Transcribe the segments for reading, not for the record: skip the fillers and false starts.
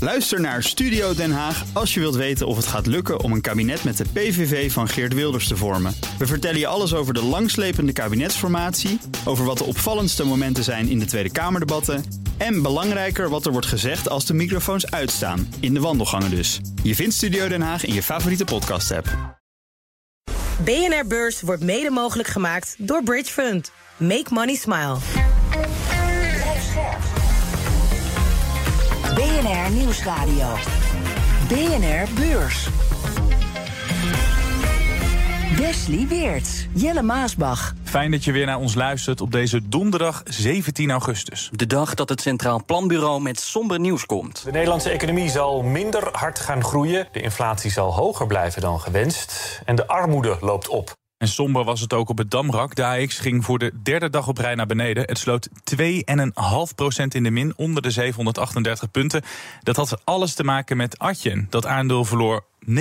Luister naar Studio Den Haag als je wilt weten of het gaat lukken om een kabinet met de PVV van Geert Wilders te vormen. We vertellen je alles over de langslepende kabinetsformatie, over wat de opvallendste momenten zijn in de Tweede Kamerdebatten en belangrijker wat er wordt gezegd als de microfoons uitstaan, in de wandelgangen dus. Je vindt Studio Den Haag in je favoriete podcast-app. BNR Beurs wordt mede mogelijk gemaakt door Bridge Fund. Make money smile. BNR Nieuwsradio. BNR Beurs. Wesley Weerts, Jelle Maasbach. Fijn dat je weer naar ons luistert op deze donderdag 17 augustus. De dag dat het Centraal Planbureau met somber nieuws komt. De Nederlandse economie zal minder hard gaan groeien. De inflatie zal hoger blijven dan gewenst. En de armoede loopt op. En somber was het ook op het Damrak. De AX ging voor de derde dag op rij naar beneden. Het sloot 2,5% in de min, onder de 738 punten. Dat had alles te maken met Adyen. Dat aandeel verloor 39%.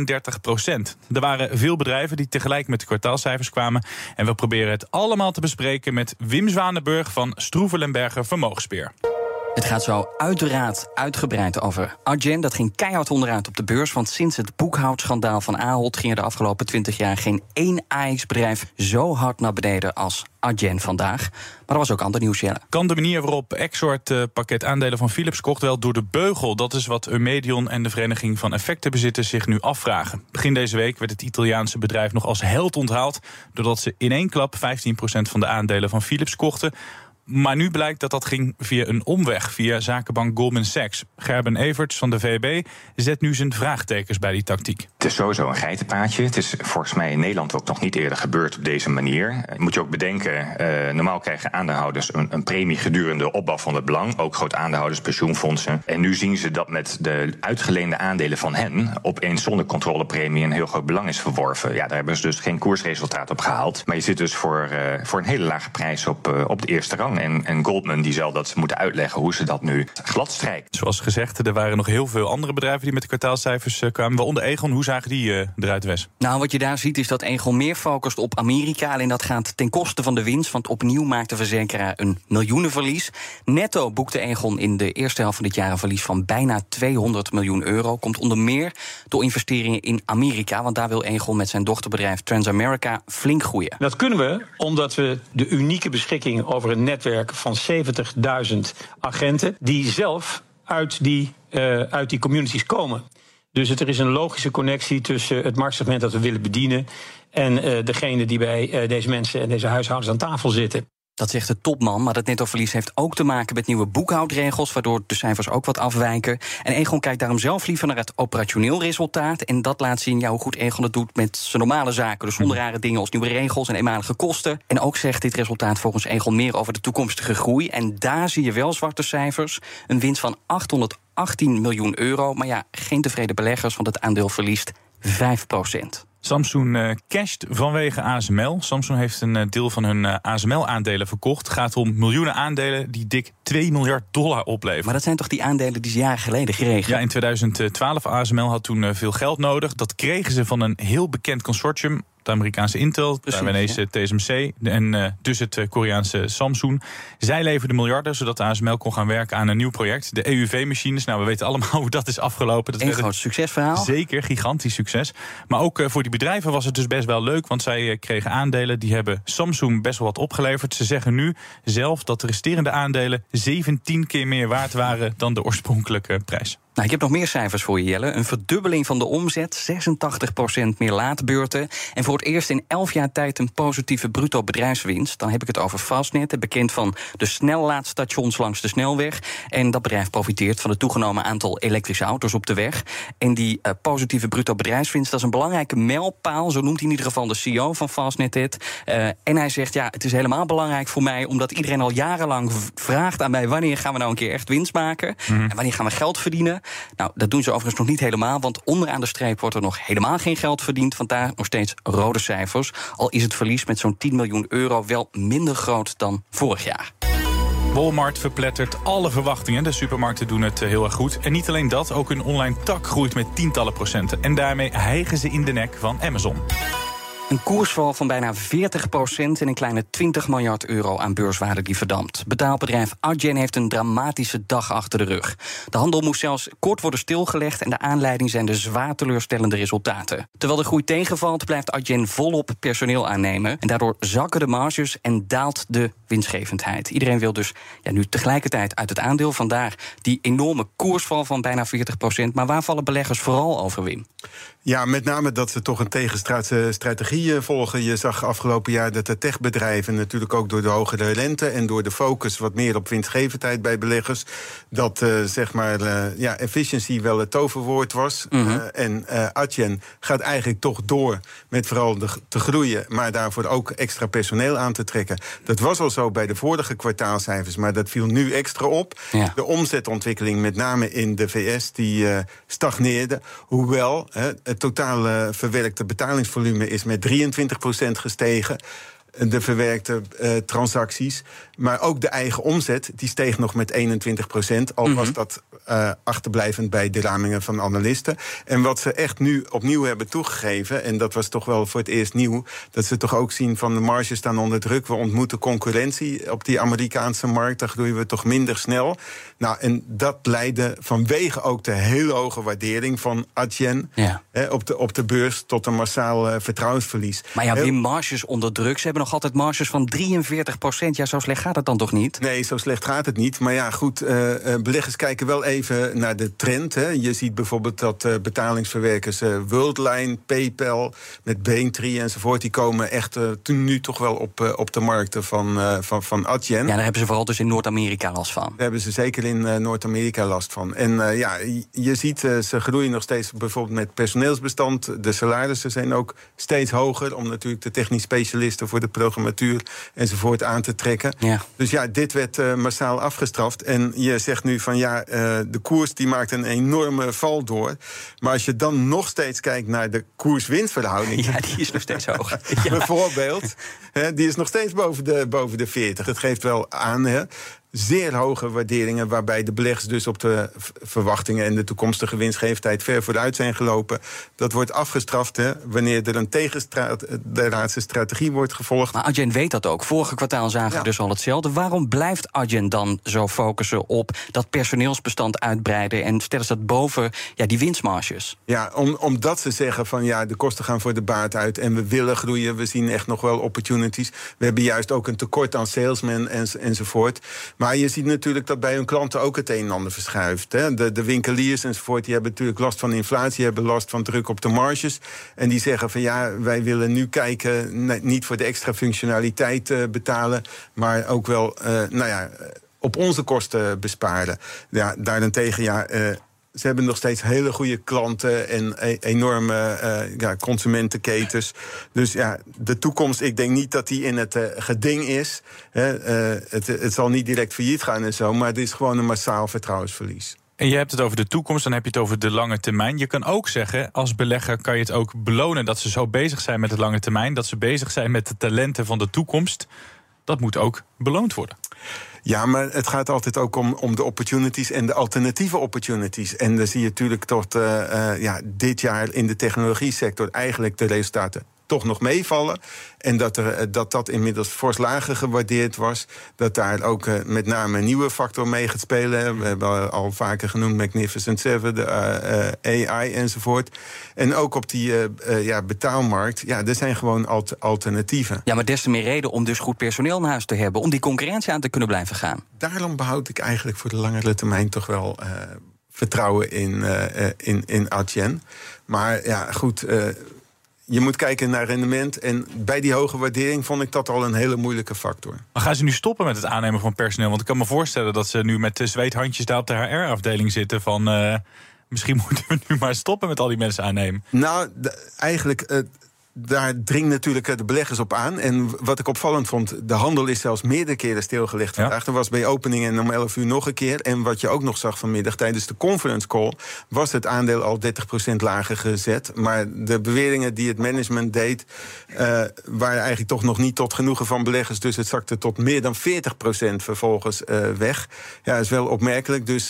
Er waren veel bedrijven die tegelijk met de kwartaalcijfers kwamen. En we proberen het allemaal te bespreken met Wim Zwanenburg van Stroeven Lemberger Vermogensbeheer. Het gaat zo uiteraard uitgebreid over Adyen. Dat ging keihard onderuit op de beurs. Want sinds het boekhoudschandaal van Ahold ging er de afgelopen 20 jaar geen één AX-bedrijf zo hard naar beneden als Adyen vandaag. Maar er was ook ander nieuws, Jelle. Kan de manier waarop Exort pakket aandelen van Philips kocht wel door de beugel? Dat is wat Eumedion en de Vereniging van Effectenbezitters zich nu afvragen. Begin deze week werd het Italiaanse bedrijf nog als held onthaald, doordat ze in één klap 15% van de aandelen van Philips kochten. Maar nu blijkt dat dat ging via een omweg, via zakenbank Goldman Sachs. Gerben Everts van de VEB zet nu zijn vraagtekens bij die tactiek. Het is sowieso een geitenpaadje. Het is volgens mij in Nederland ook nog niet eerder gebeurd op deze manier. Moet je ook bedenken, normaal krijgen aandeelhouders een premie gedurende de opbouw van het belang. Ook groot aandeelhouders, pensioenfondsen. En nu zien ze dat met de uitgeleende aandelen van hen opeens zonder controlepremie een heel groot belang is verworven. Ja, daar hebben ze dus geen koersresultaat op gehaald. Maar je zit dus voor een hele lage prijs op de eerste rang. En Goldman die zal dat moeten uitleggen hoe ze dat nu glad strijken. Zoals gezegd, er waren nog heel veel andere bedrijven die met de kwartaalcijfers kwamen. Waaronder Egon. Hoe zagen die eruit, Wes? Nou, wat je daar ziet is dat Egon meer focust op Amerika. Alleen dat gaat ten koste van de winst. Want opnieuw maakt de verzekeraar een miljoenenverlies. Netto boekte Egon in de eerste helft van dit jaar een verlies van bijna 200 miljoen euro. Komt onder meer door investeringen in Amerika. Want daar wil Egon met zijn dochterbedrijf Transamerica flink groeien. Dat kunnen we omdat we de unieke beschikking over een netwerk van 70.000 agenten die zelf uit die communities komen. Dus er is een logische connectie tussen het marktsegment dat we willen bedienen en degene die bij deze mensen en deze huishoudens aan tafel zitten. Dat zegt de topman, maar dat nettoverlies heeft ook te maken met nieuwe boekhoudregels, waardoor de cijfers ook wat afwijken. En Egon kijkt daarom zelf liever naar het operationeel resultaat. En dat laat zien hoe goed Egon het doet met zijn normale zaken. Dus zonder rare dingen als nieuwe regels en eenmalige kosten. En ook zegt dit resultaat volgens Egon meer over de toekomstige groei. En daar zie je wel zwarte cijfers. Een winst van 818 miljoen euro. Maar ja, geen tevreden beleggers, want het aandeel verliest 5%. Samsung casht vanwege ASML. Samsung heeft een deel van hun ASML-aandelen verkocht. Het gaat om miljoenen aandelen die dik $2 miljard opleveren. Maar dat zijn toch die aandelen die ze jaren geleden kregen? Ja, in 2012 ASML had toen veel geld nodig. Dat kregen ze van een heel bekend consortium. Het Amerikaanse Intel, het Taiwanese TSMC en dus het Koreaanse Samsung. Zij leverden miljarden, zodat de ASML kon gaan werken aan een nieuw project. De EUV-machines, we weten allemaal hoe dat is afgelopen. Dat een groot succesverhaal. Zeker, gigantisch succes. Maar ook voor die bedrijven was het dus best wel leuk, want zij kregen aandelen. Die hebben Samsung best wel wat opgeleverd. Ze zeggen nu zelf dat de resterende aandelen 17 keer meer waard waren dan de oorspronkelijke prijs. Nou, ik heb nog meer cijfers voor je, Jelle. Een verdubbeling van de omzet, 86% meer laadbeurten. En voor het eerst in 11 jaar tijd een positieve bruto bedrijfswinst. Dan heb ik het over Fastnet, bekend van de snellaadstations langs de snelweg. En dat bedrijf profiteert van het toegenomen aantal elektrische auto's op de weg. En die positieve bruto bedrijfswinst, dat is een belangrijke mijlpaal. Zo noemt hij in ieder geval de CEO van Fastnet het. En hij zegt, het is helemaal belangrijk voor mij, omdat iedereen al jarenlang vraagt aan mij, wanneer gaan we nou een keer echt winst maken? En wanneer gaan we geld verdienen? Nou, dat doen ze overigens nog niet helemaal, want onderaan de streep wordt er nog helemaal geen geld verdiend. Vandaar nog steeds rode cijfers. Al is het verlies met zo'n 10 miljoen euro wel minder groot dan vorig jaar. Walmart verplettert alle verwachtingen. De supermarkten doen het heel erg goed. En niet alleen dat, ook hun online tak groeit met tientallen procenten. En daarmee hijgen ze in de nek van Amazon. Een koersval van bijna 40% en een kleine 20 miljard euro aan beurswaarde die verdampt. Betaalbedrijf Adyen heeft een dramatische dag achter de rug. De handel moest zelfs kort worden stilgelegd en de aanleiding zijn de zwaar teleurstellende resultaten. Terwijl de groei tegenvalt, blijft Adyen volop personeel aannemen en daardoor zakken de marges en daalt de winstgevendheid. Iedereen wil dus nu tegelijkertijd uit het aandeel. Vandaar die enorme koersval van bijna 40%. Maar waar vallen beleggers vooral over, Wim? Ja, met name dat ze toch een tegenstrategie volgen. Je zag afgelopen jaar dat de techbedrijven, natuurlijk ook door de hogere rente en door de focus wat meer op winstgevendheid bij beleggers, dat efficiency wel het toverwoord was. En Adyen gaat eigenlijk toch door met vooral te groeien, maar daarvoor ook extra personeel aan te trekken. Dat was al zo bij de vorige kwartaalcijfers, maar dat viel nu extra op. Ja. De omzetontwikkeling, met name in de VS, die stagneerde. Hoewel het totale verwerkte betalingsvolume is met 23% gestegen. De verwerkte transacties. Maar ook de eigen omzet, die steeg nog met 21%. Al was dat achterblijvend bij de ramingen van analisten. En wat ze echt nu opnieuw hebben toegegeven, en dat was toch wel voor het eerst nieuw, dat ze toch ook zien van de marges staan onder druk. We ontmoeten concurrentie op die Amerikaanse markt. Daar groeien we toch minder snel. Nou, en dat leidde vanwege ook de hele hoge waardering van Adyen op de beurs tot een massaal vertrouwensverlies. Maar ja, Wim, marges onder druk. Ze hebben nog altijd marges van 43%. Ja, zo slecht gaat het dan toch niet? Nee, zo slecht gaat het niet. Maar ja, goed, beleggers kijken wel even naar de trend. Hè. Je ziet bijvoorbeeld dat betalingsverwerkers Worldline, PayPal, met Braintree enzovoort, die komen echt nu toch wel op de markten van Adyen. Ja, daar hebben ze vooral dus in Noord-Amerika last van. Daar hebben ze zeker in Noord-Amerika last van. En je ziet, ze groeien nog steeds bijvoorbeeld met personeelsbestand. De salarissen zijn ook steeds hoger, om natuurlijk de technisch specialisten voor de programmatuur enzovoort aan te trekken. Ja. Dus ja, dit werd massaal afgestraft. En je zegt nu van de koers die maakt een enorme val door. Maar als je dan nog steeds kijkt naar de koers-winstverhouding. Ja, die is nog steeds hoog. Bijvoorbeeld, die is nog steeds boven de 40. Het geeft wel aan, zeer hoge waarderingen, waarbij de beleggers dus op de verwachtingen en de toekomstige winstgevendheid ver vooruit zijn gelopen. Dat wordt afgestraft wanneer er een tegendraadse strategie wordt gevolgd. Maar Adyen weet dat ook. Vorige kwartaal zagen we dus al hetzelfde. Waarom blijft Adyen dan zo focussen op dat personeelsbestand uitbreiden en stellen ze dat boven die winstmarges? Ja, omdat ze zeggen van de kosten gaan voor de baat uit en we willen groeien. We zien echt nog wel opportunities. We hebben juist ook een tekort aan salesmen enzovoort. Maar je ziet natuurlijk dat bij hun klanten ook het een en ander verschuift. Hè. De winkeliers enzovoort, die hebben natuurlijk last van inflatie, hebben last van druk op de marges. En die zeggen van wij willen nu kijken, niet voor de extra functionaliteit betalen, maar ook wel op onze kosten besparen. Ja, daarentegen, ze hebben nog steeds hele goede klanten en enorme consumentenketens. Dus de toekomst, ik denk niet dat die in het geding is. Het zal niet direct failliet gaan en zo, maar het is gewoon een massaal vertrouwensverlies. En je hebt het over de toekomst, dan heb je het over de lange termijn. Je kan ook zeggen, als belegger kan je het ook belonen dat ze zo bezig zijn met de lange termijn, dat ze bezig zijn met de talenten van de toekomst. Dat moet ook beloond worden. Ja, maar het gaat altijd ook om de opportunities en de alternatieve opportunities. En dan zie je natuurlijk tot dit jaar in de technologie-sector eigenlijk de resultaten toch nog meevallen. En dat inmiddels fors lager gewaardeerd was. Dat daar ook met name een nieuwe factor mee gaat spelen. We hebben al vaker genoemd Magnificent Seven, de AI enzovoort. En ook op die betaalmarkt, er zijn gewoon alternatieven. Ja, maar des te meer reden om dus goed personeel in huis te hebben, om die concurrentie aan te kunnen blijven gaan. Daarom behoud ik eigenlijk voor de langere termijn toch wel vertrouwen in Adyen. Maar goed, je moet kijken naar rendement. En bij die hoge waardering vond ik dat al een hele moeilijke factor. Maar gaan ze nu stoppen met het aannemen van personeel? Want ik kan me voorstellen dat ze nu met zweethandjes daar op de HR-afdeling zitten van misschien moeten we nu maar stoppen met al die mensen aannemen. Nou, eigenlijk daar dringen natuurlijk de beleggers op aan. En wat ik opvallend vond, de handel is zelfs meerdere keren stilgelegd vandaag. Er was bij opening en om 11 uur nog een keer. En wat je ook nog zag vanmiddag tijdens de conference call, was het aandeel al 30% lager gezet. Maar de beweringen die het management deed, waren eigenlijk toch nog niet tot genoegen van beleggers. Dus het zakte tot meer dan 40% vervolgens weg. Ja, dat is wel opmerkelijk. Dus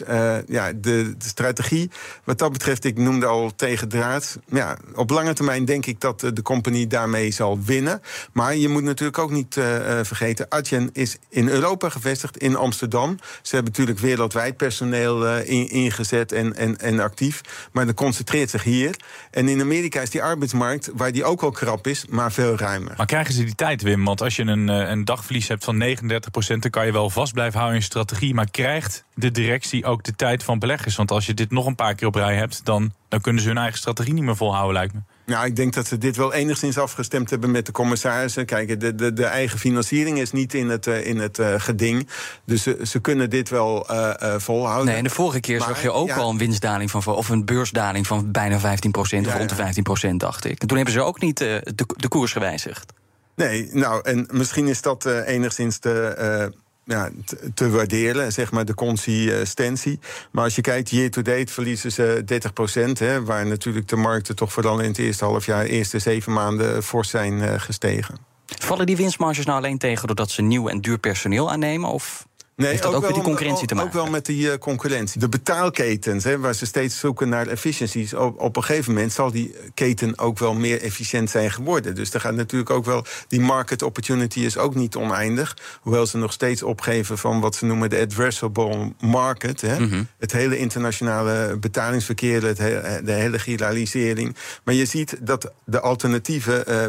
de strategie, wat dat betreft, ik noemde al tegendraads. Ja, op lange termijn denk ik dat de company daarmee zal winnen. Maar je moet natuurlijk ook niet vergeten, Adyen is in Europa gevestigd, in Amsterdam. Ze hebben natuurlijk wereldwijd personeel ingezet en actief. Maar dat concentreert zich hier. En in Amerika is die arbeidsmarkt, waar die ook al krap is, maar veel ruimer. Maar krijgen ze die tijd, Wim? Want als je een dagverlies hebt van 39%... dan kan je wel vast blijven houden in je strategie. Maar krijgt de directie ook de tijd van beleggers? Want als je dit nog een paar keer op rij hebt, dan kunnen ze hun eigen strategie niet meer volhouden, lijkt me. Nou, ik denk dat ze dit wel enigszins afgestemd hebben met de commissarissen. Kijk, de eigen financiering is niet in het geding. Dus ze kunnen dit wel volhouden. Nee, en de vorige keer zag je ook al een winstdaling of een beursdaling van bijna 15%, of rond de 15%, dacht ik. En toen hebben ze ook niet de koers gewijzigd. Nee, nou, en misschien is dat enigszins te waarderen, zeg maar, de consistentie. Maar als je kijkt, year-to-date verliezen ze 30%... waar natuurlijk de markten toch vooral in het eerste halfjaar, eerste 7 maanden fors zijn gestegen. Vallen die winstmarges nou alleen tegen doordat ze nieuw en duur personeel aannemen? Of heeft dat ook met die concurrentie te maken? Ook wel met die concurrentie. De betaalketens, waar ze steeds zoeken naar efficiencies, op een gegeven moment zal die keten ook wel meer efficiënt zijn geworden. Dus er gaat natuurlijk ook wel, die market opportunity is ook niet oneindig. Hoewel ze nog steeds opgeven van wat ze noemen de addressable market. Het hele internationale betalingsverkeer, de hele giralisering. Maar je ziet dat de alternatieve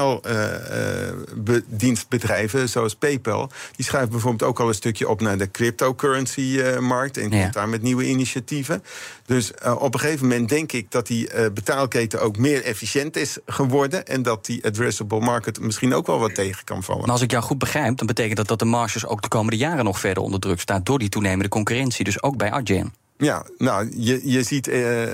betaaldienstbedrijven, zoals PayPal, die schuiven bijvoorbeeld ook al een stukje op naar de cryptocurrency-markt en komt daar met nieuwe initiatieven. Dus op een gegeven moment denk ik dat die betaalketen ook meer efficiënt is geworden en dat die addressable market misschien ook wel wat tegen kan vallen. Maar als ik jou goed begrijp, dan betekent dat de marges ook de komende jaren nog verder onder druk staat door die toenemende concurrentie, dus ook bij Adyen. Ja, nou, je ziet,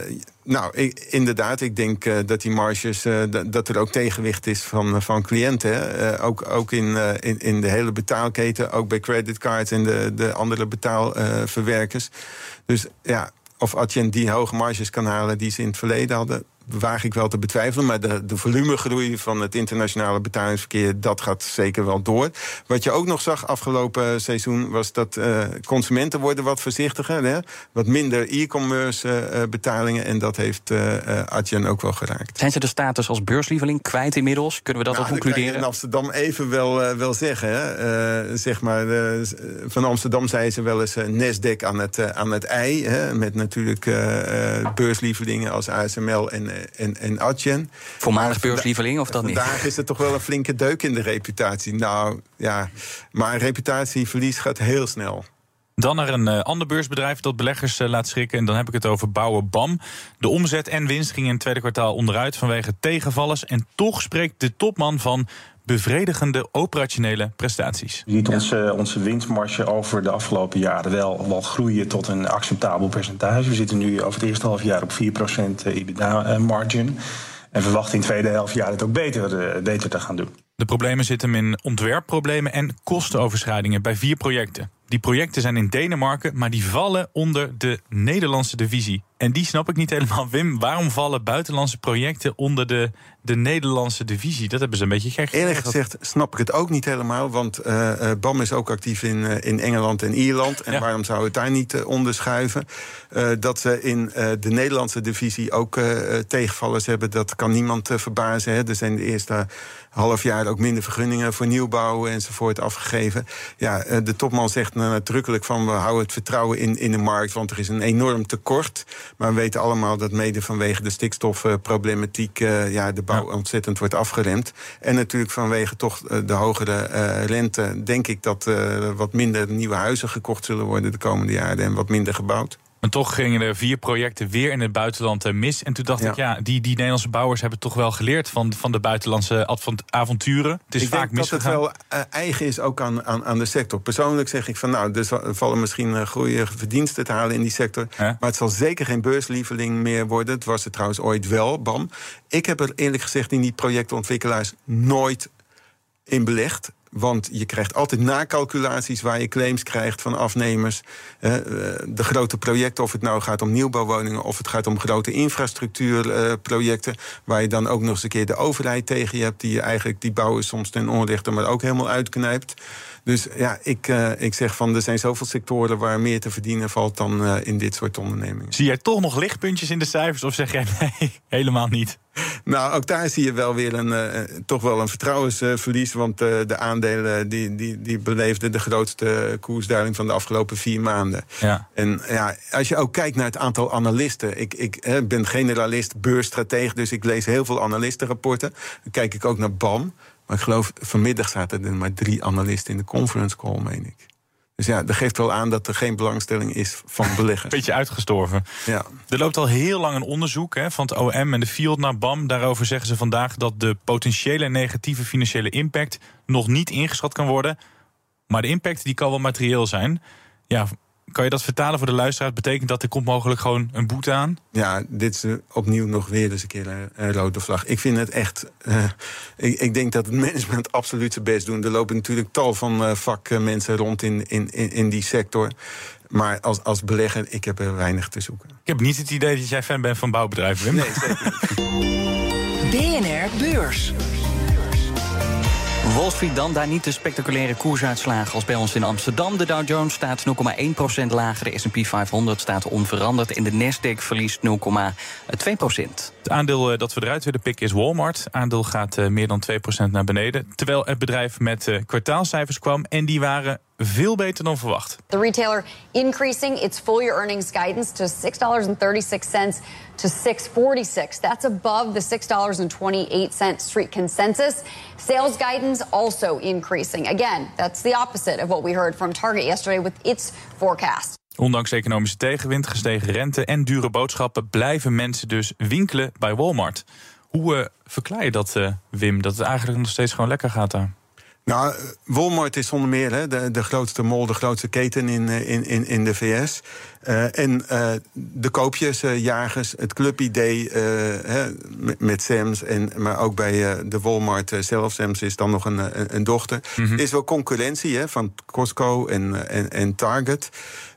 inderdaad, ik denk dat die marges, dat er ook tegenwicht is van cliënten. Ook in de hele betaalketen, ook bij creditcards en de andere betaalverwerkers. Dus ja, of Adyen die hoge marges kan halen die ze in het verleden hadden, waag ik wel te betwijfelen. Maar de volumegroei van het internationale betalingsverkeer, dat gaat zeker wel door. Wat je ook nog zag afgelopen seizoen was dat consumenten worden wat voorzichtiger. Hè? Wat minder e-commerce betalingen. En dat heeft Adyen ook wel geraakt. Zijn ze de status als beurslieveling kwijt inmiddels? Kunnen we dat al concluderen? Dat kan je in Amsterdam even wel zeggen. Hè? Zeg maar, van Amsterdam zei ze wel eens Nasdaq aan het ei. Hè? Met natuurlijk beurslievelingen als ASML en Adyen. Voormalig beurslieveling, of dat niet? Vandaag is het toch wel een flinke deuk in de reputatie. Nou ja, maar reputatieverlies gaat heel snel. Dan naar een ander beursbedrijf dat beleggers laat schrikken. En dan heb ik het over Bouwen BAM. De omzet en winst gingen in het tweede kwartaal onderuit vanwege tegenvallers. En toch spreekt de topman van bevredigende operationele prestaties. Je ziet onze winstmarge over de afgelopen jaren wel groeien tot een acceptabel percentage. We zitten nu over het eerste halfjaar op 4% EBITDA-margin. En verwachten in het tweede halfjaar het ook beter te gaan doen. De problemen zitten hem in ontwerpproblemen en kostenoverschrijdingen bij 4 projecten. Die projecten zijn in Denemarken, maar die vallen onder de Nederlandse divisie. En die snap ik niet helemaal, Wim. Waarom vallen buitenlandse projecten onder de Nederlandse divisie? Dat hebben ze een beetje gek gezegd. Eerlijk gezegd snap ik het ook niet helemaal. Want BAM is ook actief in Engeland en Ierland. En waarom zou het daar niet onderschuiven? Dat ze in de Nederlandse divisie ook tegenvallers hebben, dat kan niemand verbazen. Hè. Er zijn de eerste half jaar ook minder vergunningen voor nieuwbouw enzovoort afgegeven. Ja, de topman zegt nadrukkelijk van we houden het vertrouwen in de markt, want er is een enorm tekort. Maar we weten allemaal dat mede vanwege de stikstofproblematiek de bouw ontzettend wordt afgeremd. En natuurlijk vanwege toch de hogere rente denk ik dat wat minder nieuwe huizen gekocht zullen worden de komende jaren en wat minder gebouwd. Maar toch gingen er 4 projecten weer in het buitenland mis. En toen dacht ik, die Nederlandse bouwers hebben toch wel geleerd van de buitenlandse avonturen. Het is ik vaak denk misgegaan. dat het wel eigen is ook aan de sector. Persoonlijk zeg ik van er vallen misschien goede verdiensten te halen in die sector. Maar het zal zeker geen beurslieveling meer worden. Het was het trouwens ooit wel, BAM. Ik heb er eerlijk gezegd in die projectontwikkelaars nooit in belegd. Want je krijgt altijd nakalculaties waar je claims krijgt van afnemers. De grote projecten, of het nou gaat om nieuwbouwwoningen of het gaat om grote infrastructuurprojecten, waar je dan ook nog eens een keer de overheid tegen je hebt, die eigenlijk die bouwen soms ten onrechte, maar ook helemaal uitknijpt. Dus ja, ik zeg van er zijn zoveel sectoren waar meer te verdienen valt dan in dit soort ondernemingen. Zie jij toch nog lichtpuntjes in de cijfers of zeg jij nee, helemaal niet? Nou, ook daar zie je wel weer toch wel een vertrouwensverlies. Want de aandelen die beleefden de grootste koersdaling van de afgelopen 4 maanden. Ja. En ja, als je ook kijkt naar het aantal analisten. Ik ben generalist, beursstratege, dus ik lees heel veel analistenrapporten. Dan kijk ik ook naar BAM. Maar ik geloof, vanmiddag zaten er maar 3 analisten in de conference call, meen ik. Dus ja, dat geeft wel aan dat er geen belangstelling is van beleggers. Beetje uitgestorven. Ja. Er loopt al heel lang een onderzoek van het OM en de Field naar BAM. Daarover zeggen ze vandaag dat de potentiële negatieve financiële impact nog niet ingeschat kan worden. Maar de impact die kan wel materieel zijn. Ja, kan je dat vertalen voor de luisteraar? Het betekent dat er komt mogelijk gewoon een boete aan? Ja, dit is opnieuw nog weer eens een keer een rode vlag. Ik vind het echt... Ik denk dat het management absoluut zijn best doen. Er lopen natuurlijk tal van vakmensen rond in die sector. Maar als belegger, ik heb er weinig te zoeken. Ik heb niet het idee dat jij fan bent van bouwbedrijven, Wim. Nee, zeker niet. BNR Beurs. Wall Street dan, daar niet de spectaculaire koersuitslagen als bij ons in Amsterdam. De Dow Jones staat 0,1% lager, de S&P 500 staat onveranderd en de Nasdaq verliest 0,2%. Het aandeel dat we eruit willen pikken is Walmart. Het aandeel gaat meer dan 2% naar beneden. Terwijl het bedrijf met kwartaalcijfers kwam en die waren veel beter dan verwacht. The retailer increasing its full-year earnings guidance to $6.36 to $6.46. That's above the $6.28 street consensus. Sales guidance also increasing. Again, that's the opposite of what we heard from Target yesterday with its forecast. Ondanks economische tegenwind, gestegen rente en dure boodschappen blijven mensen dus winkelen bij Walmart. Hoe verklaar je dat, Wim, dat het eigenlijk nog steeds gewoon lekker gaat daar? Nou, Walmart is zonder meer de grootste mall, de grootste keten in de VS. En de koopjesjagers, het clubidee met Sam's, maar ook bij de Walmart zelf. Sam's is dan nog een dochter. Er is wel concurrentie van Costco en Target.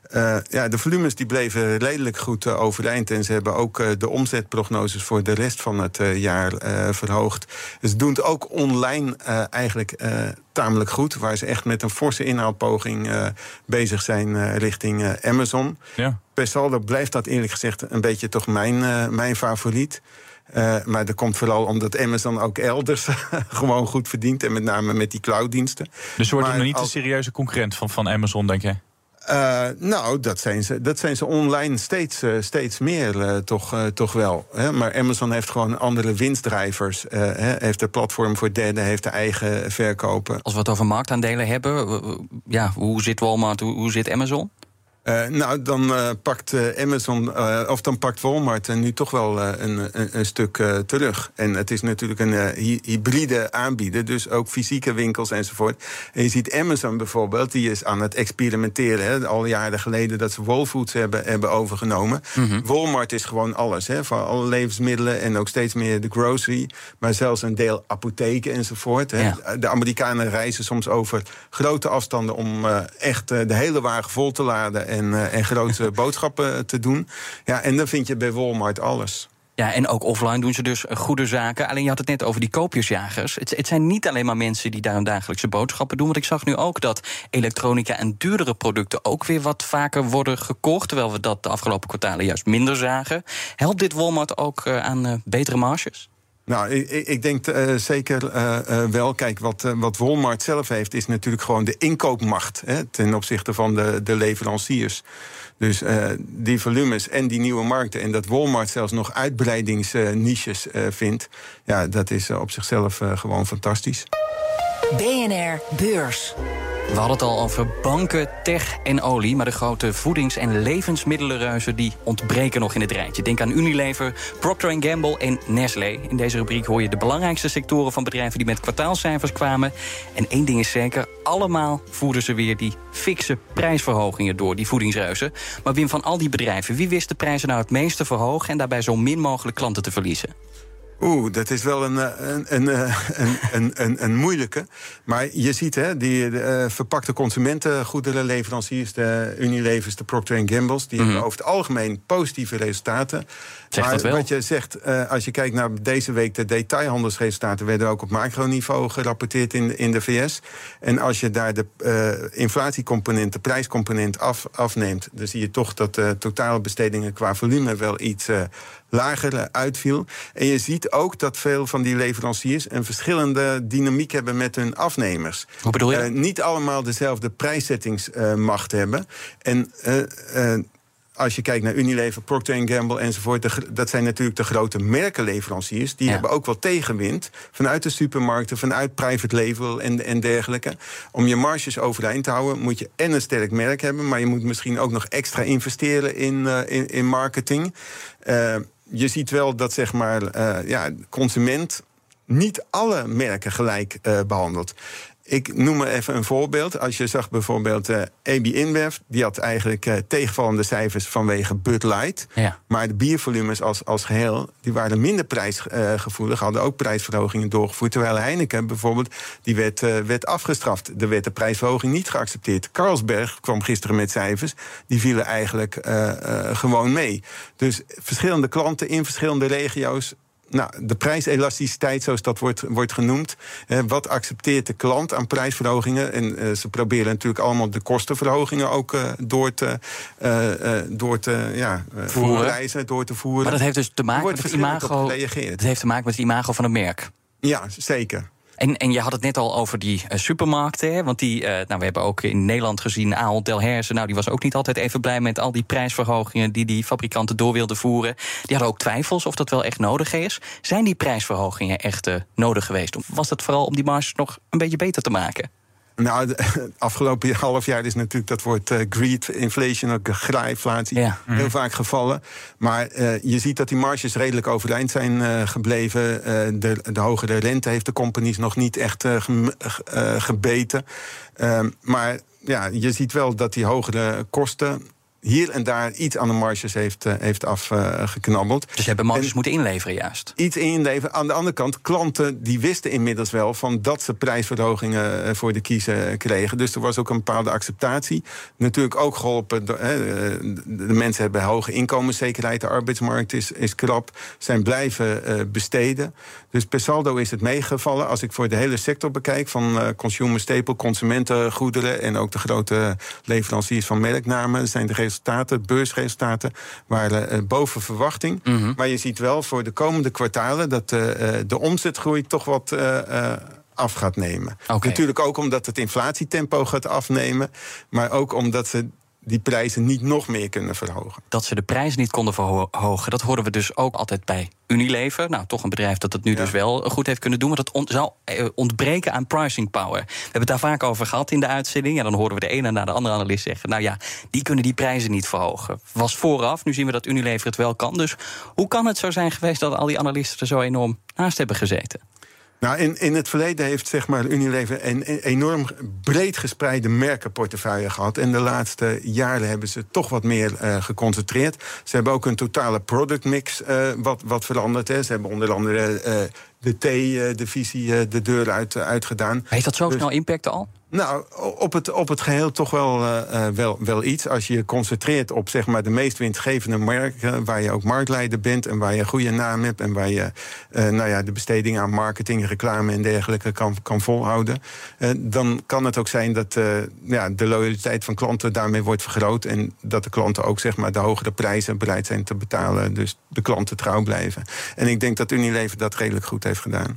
De volumes die bleven redelijk goed overeind. En ze hebben ook de omzetprognoses voor de rest van het jaar verhoogd. Ze doen het ook online eigenlijk tamelijk goed. Waar ze echt met een forse inhaalpoging bezig zijn richting Amazon. Ja. Per saldo blijft dat eerlijk gezegd een beetje toch mijn favoriet. Maar dat komt vooral omdat Amazon ook elders gewoon goed verdient. En met name met die clouddiensten. Dus wordt het nog niet een serieuze concurrent van Amazon, denk je? Nou, dat zijn ze online steeds meer toch wel. Hè? Maar Amazon heeft gewoon andere winstdrijvers. Heeft een platform voor derden, heeft de eigen verkopen. Als we het over marktaandelen hebben, hoe zit Walmart, hoe zit Amazon? Dan pakt Amazon, of dan pakt Walmart nu toch wel een stuk terug. En het is natuurlijk een hybride aanbieder, dus ook fysieke winkels enzovoort. En je ziet Amazon bijvoorbeeld, die is aan het experimenteren. Al jaren geleden dat ze Whole Foods hebben overgenomen. Mm-hmm. Walmart is gewoon alles, van alle levensmiddelen en ook steeds meer de grocery. Maar zelfs een deel apotheken enzovoort. Ja. De Amerikanen reizen soms over grote afstanden om echt de hele wagen vol te laden en grote boodschappen te doen. Ja, en dan vind je bij Walmart alles. Ja, en ook offline doen ze dus goede zaken. Alleen je had het net over die koopjesjagers. Het zijn niet alleen maar mensen die daar hun dagelijkse boodschappen doen. Want ik zag nu ook dat elektronica en duurdere producten ook weer wat vaker worden gekocht. Terwijl we dat de afgelopen kwartalen juist minder zagen. Helpt dit Walmart ook aan betere marges? Nou, ik denk zeker wel. Kijk, wat Walmart zelf heeft, is natuurlijk gewoon de inkoopmacht ten opzichte van de leveranciers. Dus die volumes en die nieuwe markten, en dat Walmart zelfs nog uitbreidingsniches vindt, ja, dat is op zichzelf gewoon fantastisch. BNR Beurs. We hadden het al over banken, tech en olie, maar de grote voedings- en levensmiddelenreuzen die ontbreken nog in het rijtje. Denk aan Unilever, Procter & Gamble en Nestlé. In deze rubriek hoor je de belangrijkste sectoren van bedrijven die met kwartaalcijfers kwamen. En één ding is zeker, allemaal voerden ze weer die fikse prijsverhogingen door, die voedingsreuzen. Maar Wim, van al die bedrijven, wie wist de prijzen nou het meest te verhogen en daarbij zo min mogelijk klanten te verliezen? Dat is wel een moeilijke. Maar je ziet, die verpakte consumentengoederenleveranciers, de Unilevers, de Procter & Gamble's, die hebben over het algemeen positieve resultaten. Zeg maar dat wel. Wat je zegt, als je kijkt naar deze week, de detailhandelsresultaten werden ook op macroniveau gerapporteerd in de VS. En als je daar de inflatiecomponent, de prijscomponent afneemt, dan zie je toch dat de totale bestedingen qua volume wel iets lager uitviel. En je ziet ziet ook dat veel van die leveranciers een verschillende dynamiek hebben met hun afnemers. Hoe bedoel je? Niet allemaal dezelfde prijszettingsmacht hebben. En als je kijkt naar Unilever, Procter & Gamble enzovoort, dat zijn natuurlijk de grote merkenleveranciers. Die hebben ook wel tegenwind vanuit de supermarkten, vanuit private label en dergelijke. Om je marges overeind te houden moet je en een sterk merk hebben, maar je moet misschien ook nog extra investeren in marketing. Je ziet wel dat zeg maar, consument niet alle merken gelijk behandelt. Ik noem maar even een voorbeeld. Als je zag bijvoorbeeld AB InBev, die had eigenlijk tegenvallende cijfers vanwege Bud Light. Ja. Maar de biervolumes als geheel, die waren minder prijsgevoelig, hadden ook prijsverhogingen doorgevoerd. Terwijl Heineken bijvoorbeeld, die werd afgestraft. Er werd de prijsverhoging niet geaccepteerd. Carlsberg kwam gisteren met cijfers, die vielen eigenlijk gewoon mee. Dus verschillende klanten in verschillende regio's. Nou, de prijselasticiteit, zoals dat wordt genoemd. Wat accepteert de klant aan prijsverhogingen? En ze proberen natuurlijk allemaal de kostenverhogingen ook door te voeren. Maar dat heeft dus te maken met het imago. Het heeft te maken met het imago van het merk. Ja, zeker. En je had het net al over die supermarkten. Hè? Want we hebben ook in Nederland gezien Ahold Delhaize. Nou, die was ook niet altijd even blij met al die prijsverhogingen die fabrikanten door wilden voeren. Die hadden ook twijfels of dat wel echt nodig is. Zijn die prijsverhogingen echt nodig geweest? Of was het vooral om die marges nog een beetje beter te maken? Nou, het afgelopen half jaar is natuurlijk dat woord greed inflation, ook graaiflatie, heel vaak gevallen. Maar je ziet dat die marges redelijk overeind zijn gebleven. De hogere rente heeft de companies nog niet echt gebeten. Maar ja, je ziet wel dat die hogere kosten hier en daar iets aan de marges heeft afgeknabbeld. Dus ze hebben marges moeten inleveren juist? Iets inleveren. Aan de andere kant, klanten die wisten inmiddels wel van dat ze prijsverhogingen voor de kiezer kregen. Dus er was ook een bepaalde acceptatie. Natuurlijk ook geholpen. De mensen hebben hoge inkomenszekerheid. De arbeidsmarkt is krap. Zijn blijven besteden. Dus per saldo is het meegevallen. Als ik voor de hele sector bekijk, van consumer staple, consumentengoederen en ook de grote leveranciers van merknamen, zijn de beursresultaten waren boven verwachting. Mm-hmm. Maar je ziet wel voor de komende kwartalen dat de omzetgroei toch wat af gaat nemen. Okay. Natuurlijk ook omdat het inflatietempo gaat afnemen, maar ook omdat ze die prijzen niet nog meer kunnen verhogen. Dat ze de prijs niet konden verhogen, dat horen we dus ook altijd bij Unilever. Nou, toch een bedrijf dat het nu dus wel goed heeft kunnen doen, want het zou ontbreken aan pricing power. We hebben het daar vaak over gehad in de uitzending. En dan horen we de ene na de andere analist zeggen, nou ja, die kunnen die prijzen niet verhogen. Was vooraf, nu zien we dat Unilever het wel kan. Dus hoe kan het zo zijn geweest dat al die analisten er zo enorm naast hebben gezeten? Nou, in het verleden heeft zeg maar Unilever een enorm breed gespreide merkenportefeuille gehad. En de laatste jaren hebben ze toch wat meer geconcentreerd. Ze hebben ook een totale productmix wat veranderd. Hè. Ze hebben onder andere de thee-divisie de deur uitgedaan. Heeft dat zo snel impact al? Nou, op het geheel toch wel iets. Als je je concentreert op zeg maar de meest winstgevende merken, waar je ook marktleider bent en waar je een goede naam hebt en waar je de besteding aan marketing, reclame en dergelijke kan volhouden, dan kan het ook zijn dat de loyaliteit van klanten daarmee wordt vergroot en dat de klanten ook zeg maar de hogere prijzen bereid zijn te betalen, dus de klanten trouw blijven. En ik denk dat Unilever dat redelijk goed heeft gedaan.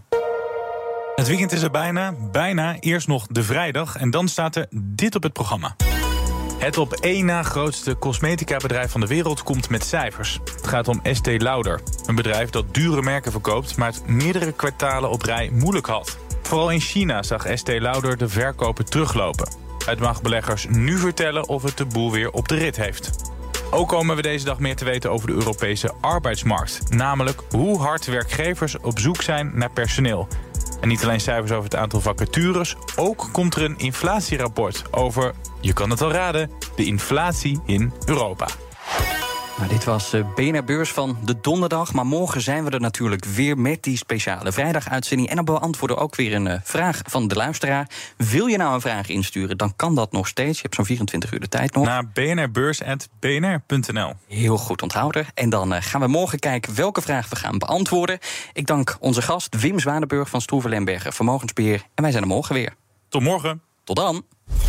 Het weekend is er bijna. Eerst nog de vrijdag en dan staat er dit op het programma. Het op één na grootste cosmetica-bedrijf van de wereld komt met cijfers. Het gaat om Estée Lauder, een bedrijf dat dure merken verkoopt, maar het meerdere kwartalen op rij moeilijk had. Vooral in China zag Estée Lauder de verkopen teruglopen. Het mag beleggers nu vertellen of het de boel weer op de rit heeft. Ook komen we deze dag meer te weten over de Europese arbeidsmarkt. Namelijk hoe hard werkgevers op zoek zijn naar personeel. En niet alleen cijfers over het aantal vacatures, ook komt er een inflatierapport over, je kan het al raden, de inflatie in Europa. Nou, dit was BNR Beurs van de donderdag. Maar morgen zijn we er natuurlijk weer met die speciale vrijdaguitzending. En dan beantwoorden we ook weer een vraag van de luisteraar. Wil je nou een vraag insturen, dan kan dat nog steeds. Je hebt zo'n 24 uur de tijd nog. Naar bnrbeurs@bnr.nl. Heel goed onthouden. En dan gaan we morgen kijken welke vraag we gaan beantwoorden. Ik dank onze gast Wim Zwanenburg van Stroeven Lemberger Vermogensbeheer. En wij zijn er morgen weer. Tot morgen. Tot dan.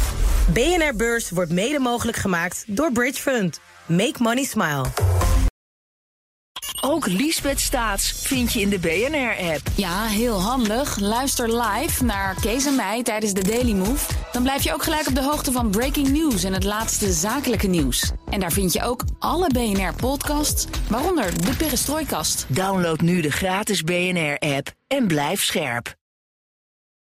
BNR Beurs wordt mede mogelijk gemaakt door Bridge Fund. Make money smile. Ook Liesbeth Staats vind je in de BNR-app. Ja, heel handig. Luister live naar Kees en mij tijdens de Daily Move. Dan blijf je ook gelijk op de hoogte van breaking news en het laatste zakelijke nieuws. En daar vind je ook alle BNR-podcasts, waaronder de Perestrooikast. Download nu de gratis BNR-app en blijf scherp.